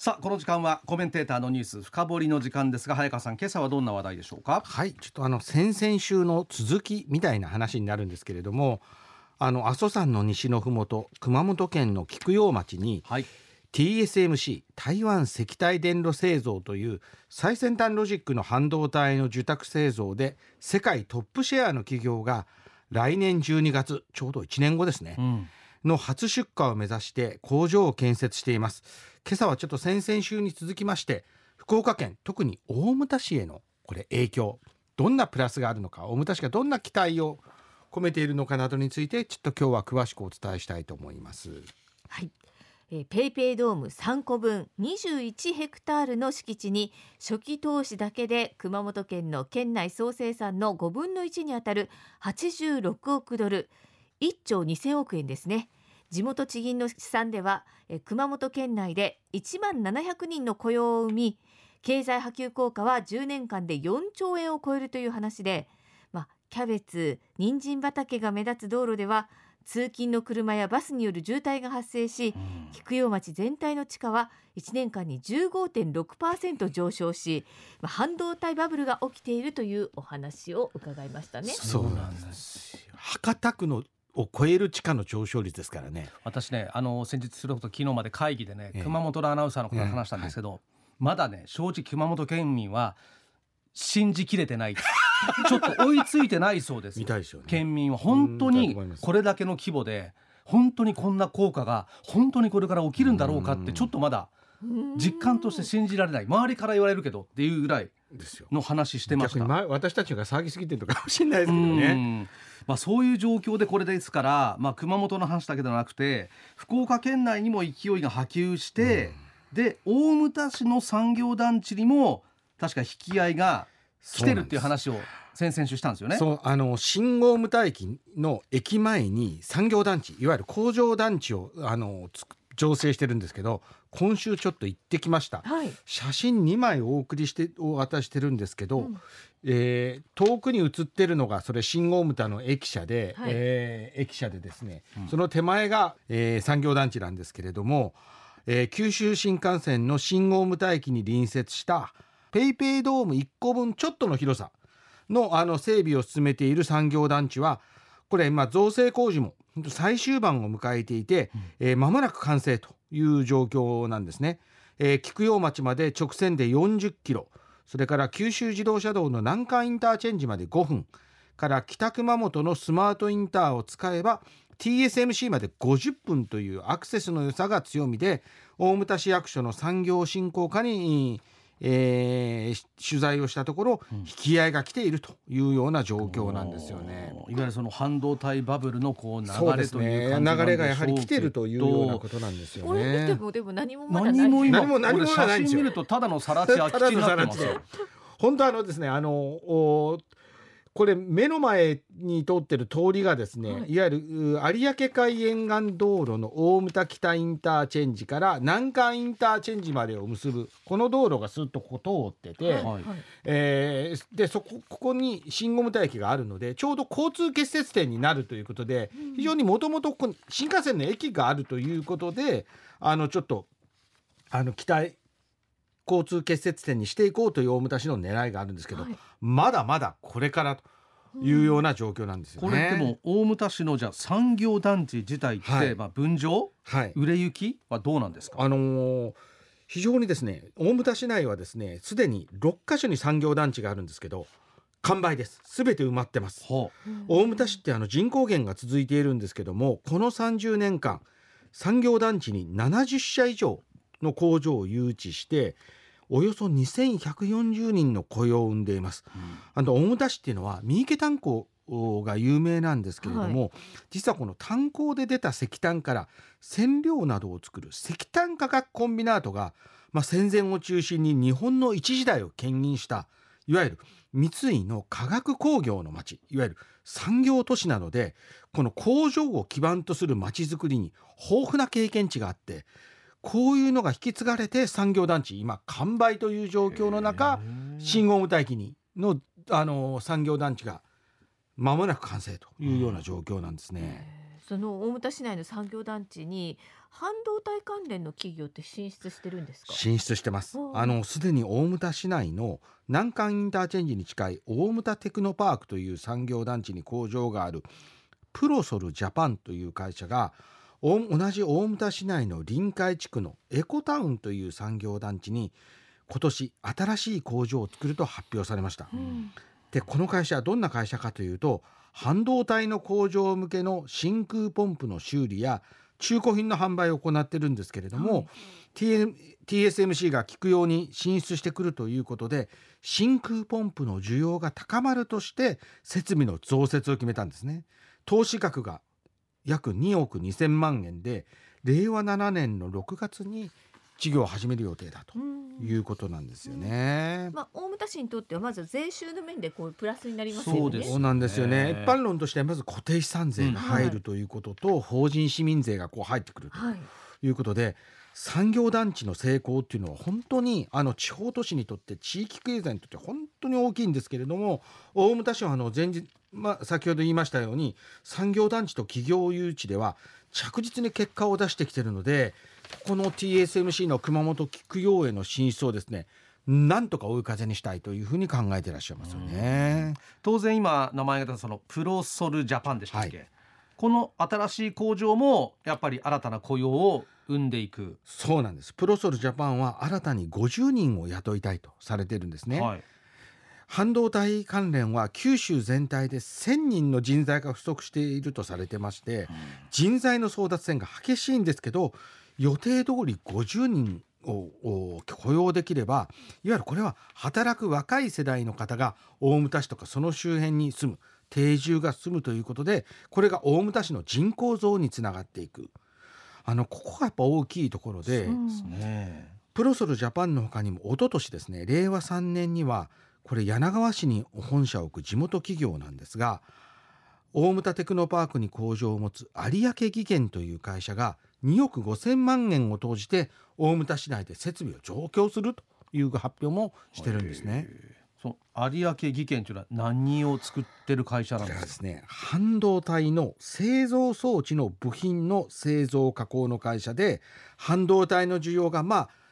さあこの時間はコメンテーターのニュース深掘りの時間ですが、早川さん今朝はどんな話題でしょうか。 はい、ちょっと先々週の続きみたいな話になるんですけれども、阿蘇山の西のふもと熊本県の菊陽町に、 はい、 TSMC 台湾石体電路製造という最先端ロジックの半導体の受託製造で世界トップシェアの企業が来年12月、ちょうど1年後ですね、の初出荷を目指して工場を建設しています。今朝はちょっと先々週に続きまして、福岡県、特に大牟田市へのこれ影響、どんなプラスがあるのか、大牟田市がどんな期待を込めているのかなどについてちょっと今日は詳しくお伝えしたいと思います。 はい、ペイペイドーム3個分21ヘクタールの敷地に初期投資だけで熊本県の県内総生産の5分の1にあたる86億ドル、1兆2000億円ですね。地元地銀の試算では熊本県内で1万700人の雇用を生み、経済波及効果は10年間で4兆円を超えるという話で、キャベツ、人参畑が目立つ道路では通勤の車やバスによる渋滞が発生し、菊陽町全体の地価は1年間に 15.6% 上昇し、半導体バブルが起きているというお話を伺いましたね。 そうなんですよ。博多区のを超える地価の上昇率ですからね。 私ね、先日それこそ昨日まで会議でね、熊本のアナウンサーの方と話したんですけど、まだね正直熊本県民は信じきれてないちょっと追いついてないそうですみたいですよね。 県民は本当にこれだけの規模で本当にこんな効果が本当にこれから起きるんだろうかって、ちょっとまだ実感として信じられない、周りから言われるけどっていうぐらいの話してました。 逆に私たちが騒ぎすぎてるのかもしれないですけどね。 そういう状況でこれですから、熊本の話だけではなくて福岡県内にも勢いが波及して、で大牟田市の産業団地にも確か引き合いが来てるっていう話を先々週したんですよね。 そう、新大牟田駅の駅前に産業団地、いわゆる工場団地を造成してるんですけど、今週ちょっと行ってきました、写真2枚お渡してるんですけど、遠くに映ってるのがそれ新大牟田の駅舎で、駅舎でですね、その手前が、産業団地なんですけれども、九州新幹線の新大牟田駅に隣接したペイペイドーム1個分ちょっとの広さの整備を進めている産業団地は、これ造成工事も最終盤を迎えていて、間もなく完成という状況なんですね。菊陽町まで直線で40キロ、それから九州自動車道の南関インターチェンジまで5分から北熊本のスマートインターを使えば TSMC まで50分というアクセスの良さが強みで、大牟田市役所の産業振興課に取材をしたところ、引き合いが来ているというような状況なんですよね。 いわゆるその半導体バブルのこう流れという感じなんでしょうけど、 流れがやはり来ているというようなことなんですよね。 これ見てもでも何もまだない。 何もないんですよ。 写真見るとただのさら地空き地になってますよ。 本当ですね、これ目の前に通ってる通りがですね、いわゆる有明海沿岸道路の大牟田北インターチェンジから南関インターチェンジまでを結ぶこの道路がスッとここ通ってて、でここに新大牟田駅があるので、ちょうど交通結節点になるということで、非常にもともと新幹線の駅があるということで、ちょっと交通結節点にしていこうという大牟田市の狙いがあるんですけど、まだまだこれからというような状況なんですよね。 これでも大牟田市のじゃあ産業団地自体って、分譲、売れ行きはどうなんですか。 非常にですね、大牟田市内はですね、すでに6カ所に産業団地があるんですけど完売です。すべて埋まってます。大牟田市って人口減が続いているんですけども、この30年間産業団地に70社以上の工場を誘致しておよそ2140人の雇用を生んでいます。大牟田市っていうのは三池炭鉱が有名なんですけれども、実はこの炭鉱で出た石炭から染料などを作る石炭化学コンビナートが、戦前を中心に日本の一時代を牽引したいわゆる三井の化学工業の町、いわゆる産業都市なので、この工場を基盤とする町づくりに豊富な経験値があって、こういうのが引き継がれて産業団地今完売という状況の中、新大牟田駅の、産業団地が間もなく完成というような状況なんですね。 その大牟田市内の産業団地に半導体関連の企業って進出してるんですか？ 進出してます。すでに大牟田市内の南関インターチェンジに近い大牟田テクノパークという産業団地に工場があるプロソルジャパンという会社が同じ大牟田市内の臨海地区のエコタウンという産業団地に今年新しい工場を作ると発表されました。でこの会社はどんな会社かというと、半導体の工場向けの真空ポンプの修理や中古品の販売を行っているんですけれども、TSMC が聞くように進出してくるということで、真空ポンプの需要が高まるとして設備の増設を決めたんですね。投資額が約2億2000万円で、令和7年の6月に事業を始める予定だということなんですよね。 大牟田市にとってはまず税収の面でこうプラスになりますよね。 そうなんですよね。一般論としてはまず固定資産税が入るということと、法人市民税がこう入ってくるということで、産業団地の成功っていうのは本当に地方都市にとって、地域経済にとって本当に大きいんですけれども、大牟田市は先ほど言いましたように産業団地と企業誘致では着実に結果を出してきているので、この TSMC の熊本菊陽への進出をですね、なんとか追い風にしたいというふうに考えていらっしゃいますよね。 当然今名前が出たそのプロソルジャパンでしたっけ、この新しい工場もやっぱり新たな雇用を生んでいく。 そうなんです。プロソルジャパンは新たに50人を雇いたいとされているんですね。半導体関連は九州全体で1000人の人材が不足しているとされてまして、人材の争奪戦が激しいんですけど、予定通り50人を雇用できれば、いわゆるこれは働く若い世代の方が大牟田市とかその周辺に住む、定住が住むということで、これが大牟田市の人口増につながっていく。ここがやっぱ大きいところで、プロソルジャパンの他にも一昨年ですね、令和3年にはこれ柳川市に本社を置く地元企業なんですが、大牟田テクノパークに工場を持つ有明技研という会社が2億5000万円を投じて大牟田市内で設備を増強するという発表もしてるんですね。 有明技研というのは何を作ってる会社なんですか？ ですね、半導体の製造装置の部品の製造加工の会社で、半導体の需要が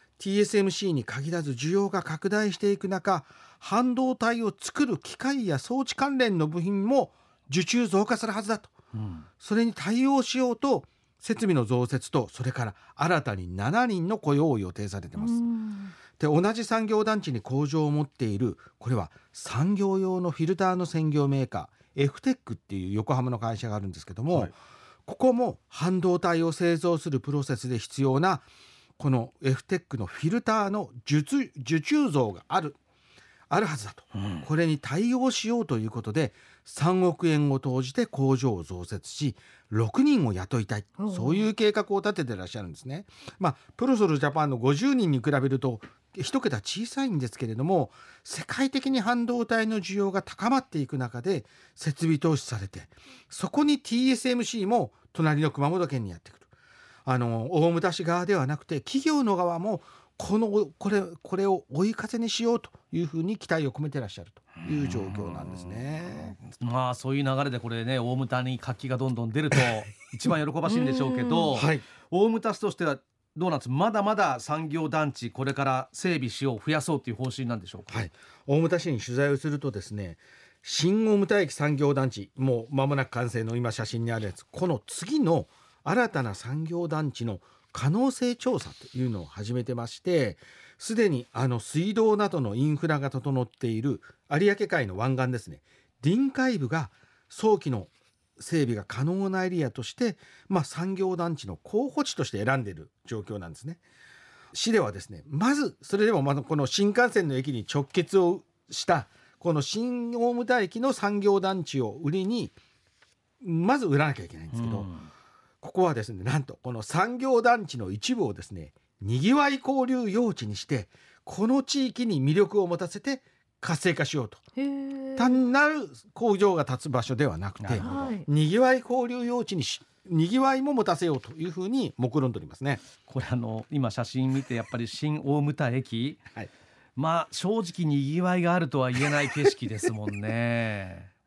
TSMC に限らず需要が拡大していく中、半導体を作る機械や装置関連の部品も受注増加するはずだと、それに対応しようと設備の増設と、それから新たに7人の雇用を予定されています。で同じ産業団地に工場を持っている、これは産業用のフィルターの専業メーカー F-TEC っていう横浜の会社があるんですけども、ここも半導体を製造するプロセスで必要なこの F-TEC のフィルターの受注増があるはずだと、これに対応しようということで3億円を投じて工場を増設し、6人を雇いたい、そういう計画を立てていらっしゃるんですね。プロソルジャパンの50人に比べると一桁小さいんですけれども、世界的に半導体の需要が高まっていく中で設備投資されて、そこに TSMC も隣の熊本県にやってくる。大牟田市側ではなくて企業の側もこれを追い風にしようというふうに期待を込めていらっしゃるという状況なんですね。 そういう流れでこれね、大牟田に活気がどんどん出ると一番喜ばしいんでしょうけど、大牟田市としてはどうなんですか？まだまだ産業団地これから整備しよう、増やそうという方針なんでしょうか？ 大牟田市に取材をするとですね、新大牟田駅産業団地、もう間もなく完成の今写真にあるやつ、この次の新たな産業団地の可能性調査というのを始めてまして、すでに水道などのインフラが整っている有明海の湾岸ですね、臨海部が早期の整備が可能なエリアとして、産業団地の候補地として選んでいる状況なんですね。市ではですね、まずそれでもこの新幹線の駅に直結をしたこの新大牟田駅の産業団地を売りにまず売らなきゃいけないんですけど、ここはですね、なんとこの産業団地の一部をですね、にぎわい交流用地にして、この地域に魅力を持たせて活性化しようと。単なる工場が建つ場所ではなくて、にぎわい交流用地ににぎわいも持たせようというふうに目論んでおりますね。 これ今写真見てやっぱり新大牟田駅、正直にぎわいがあるとは言えない景色ですもんね。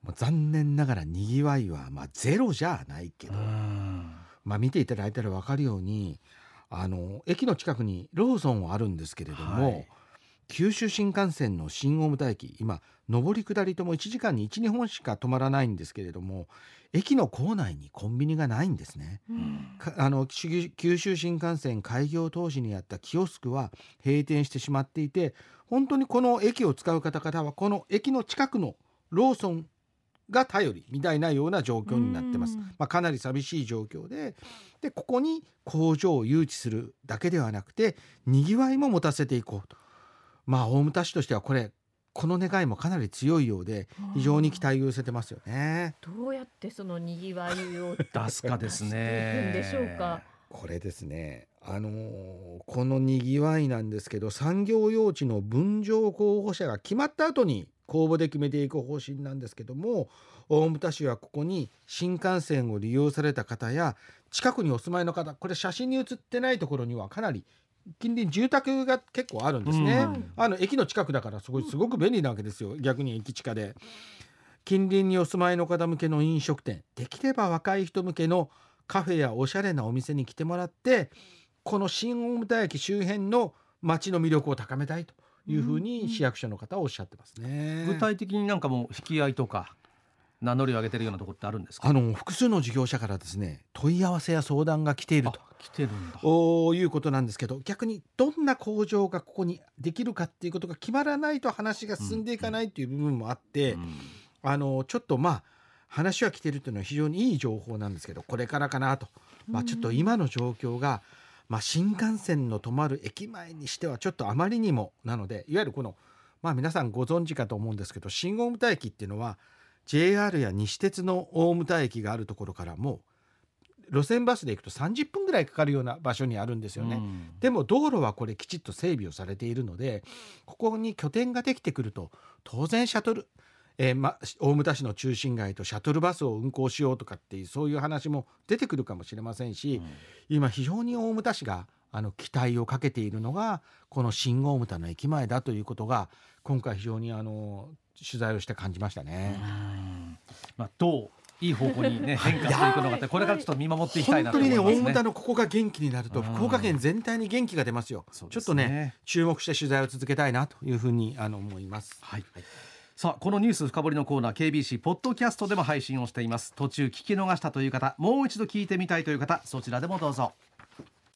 もう残念ながらにぎわいはゼロじゃないけど、見ていただいたら分かるように駅の近くにローソンはあるんですけれども、九州新幹線の新大牟田駅、今上り下りとも1時間に 1,2 本しか止まらないんですけれども、駅の構内にコンビニがないんですね。九州新幹線開業当時にあったキオスクは閉店してしまっていて、本当にこの駅を使う方々はこの駅の近くのローソンが頼りみたいなような状況になってます。かなり寂しい状況で、ここに工場を誘致するだけではなくてにぎわいも持たせていこうと、大牟田市としてはこの願いもかなり強いようで、非常に期待を寄せてますよね。 どうやってそのにぎわいを出すかですね。 出していくんでしょうか。 これですね、このにぎわいなんですけど、産業用地の分譲候補者が決まった後に公募で決めていく方針なんですけども、大牟田市はここに新幹線を利用された方や近くにお住まいの方、これ写真に写ってないところにはかなり近隣住宅が結構あるんですね。駅の近くだからすごく便利なわけですよ。逆に駅近で近隣にお住まいの方向けの飲食店、できれば若い人向けのカフェやおしゃれなお店に来てもらって、この新大牟田駅周辺の街の魅力を高めたいというふうに市役所の方はおっしゃってますね。 具体的になんかもう引き合いとか名乗りを上げてるようなところってあるんですか？ 複数の事業者からですね、問い合わせや相談が来ているということなんですけど、逆にどんな工場がここにできるかっていうことが決まらないと話が進んでいかないという部分もあって、ちょっと話は来てるというのは非常にいい情報なんですけど、これからかなと、ちょっと今の状況が、新幹線の止まる駅前にしてはちょっとあまりにもなので、いわゆるこの、皆さんご存知かと思うんですけど、新大牟田駅っていうのはJR や西鉄の大牟田駅があるところからもう路線バスで行くと30分ぐらいかかるような場所にあるんですよね。でも道路はこれきちっと整備をされているので、ここに拠点ができてくると当然シャトル、大牟田市の中心街とシャトルバスを運行しようとかっていう、そういう話も出てくるかもしれませんし、今非常に大牟田市が期待をかけているのがこの新大牟田の駅前だということが、今回非常に取材をして感じましたね。 どういい方向に、変化していくのかって、これからちょっと見守っていきたいなと思いますね。 本当に大牟田のここが元気になると福岡県全体に元気が出ますよ。ちょっと注目して取材を続けたいなというふうに思います。 さあ、このニュース深掘りのコーナー KBC ポッドキャストでも配信をしています。途中聞き逃したという方、もう一度聞いてみたいという方、そちらでもどうぞ。